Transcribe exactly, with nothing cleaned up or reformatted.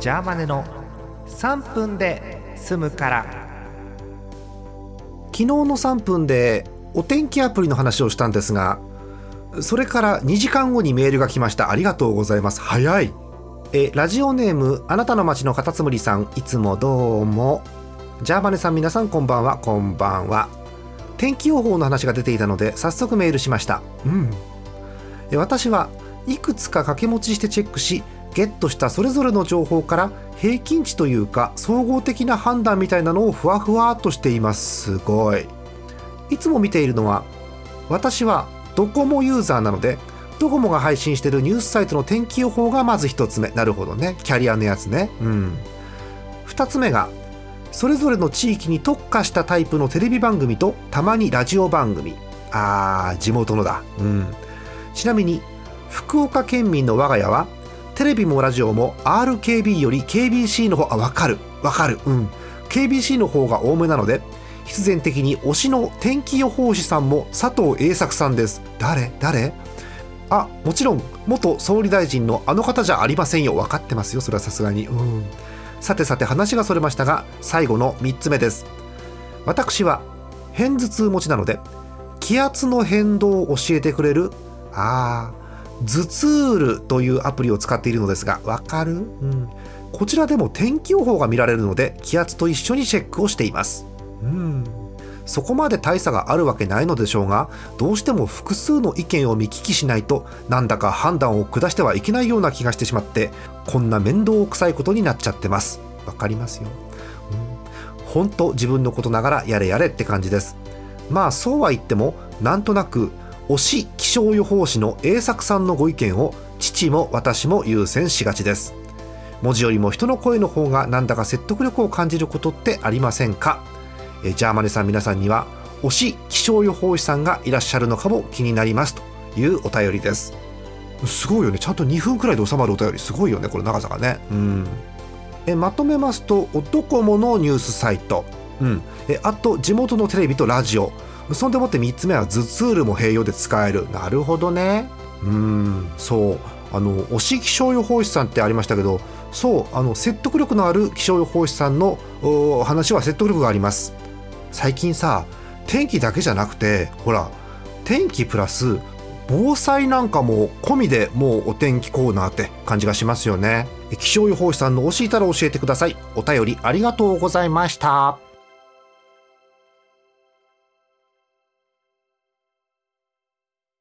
ジャーマネのさんぷんで済むから。 昨日のさんぷんでお天気アプリの話をしたんですが、それからにじかんごにメールが来ました。ありがとうございます。早い。えラジオネームあなたの街のカタツムリさん、いつもどうも。ジャーマネさん、皆さんこんばんは。こんばんは。天気予報の話が出ていたので早速メールしました。うんえ私はいくつか掛け持ちしてチェックし、ゲットしたそれぞれの情報から平均値というか総合的な判断みたいなのをふわふわっとしています。すごい。いつも見ているのは、私はドコモユーザーなので、ドコモが配信しているニュースサイトの天気予報がまず一つ目。なるほどね、キャリアのやつね。うん二つ目がそれぞれの地域に特化したタイプのテレビ番組とたまにラジオ番組。あー、地元のだ。うんちなみに福岡県民の我が家はテレビもラジオも アールケービー より ケービーシー の方、あ、わかるわかる、うん ケービーシー の方が多めなので、必然的に推しの天気予報士さんも佐藤栄作さんです。誰誰あ、もちろん元総理大臣のあの方じゃありませんよ。分かってますよ、それはさすがに。うんさてさて、話がそれましたが、最後のみっつめです。私は片頭痛持ちなので、気圧の変動を教えてくれるあー頭痛ールというアプリを使っているのですが、わかる、うん、こちらでも天気予報が見られるので、気圧と一緒にチェックをしています。うんそこまで大差があるわけないのでしょうが、どうしても複数の意見を見聞きしないとなんだか判断を下してはいけないような気がしてしまって、こんな面倒くさいことになっちゃってます。わかりますよ。うん、ほんと自分のことながらやれやれって感じです。まあそうは言っても、なんとなく推し気象予報士の栄作さんのご意見を父も私も優先しがちです。文字よりも人の声の方がなんだか説得力を感じることってありませんか？えジャーマネさん、皆さんには推し気象予報士さんがいらっしゃるのかも気になりますというお便りです。すごいよね。ちゃんとにふんくらいで収まるお便り、すごいよね、これ長さがね。うんえまとめますと、ドコモのニュースサイト、うん、えあと地元のテレビとラジオ、そんでもってみっつめは頭痛ールも併用で使える。なるほどね。うーんそうあの推し気象予報士さんってありましたけど、そうあの説得力のある気象予報士さんの話は説得力があります。最近さ、天気だけじゃなくて、ほら天気プラス防災なんかも込みでもうお天気コーナーって感じがしますよね。気象予報士さんの推しいたら教えてください。お便りありがとうございました。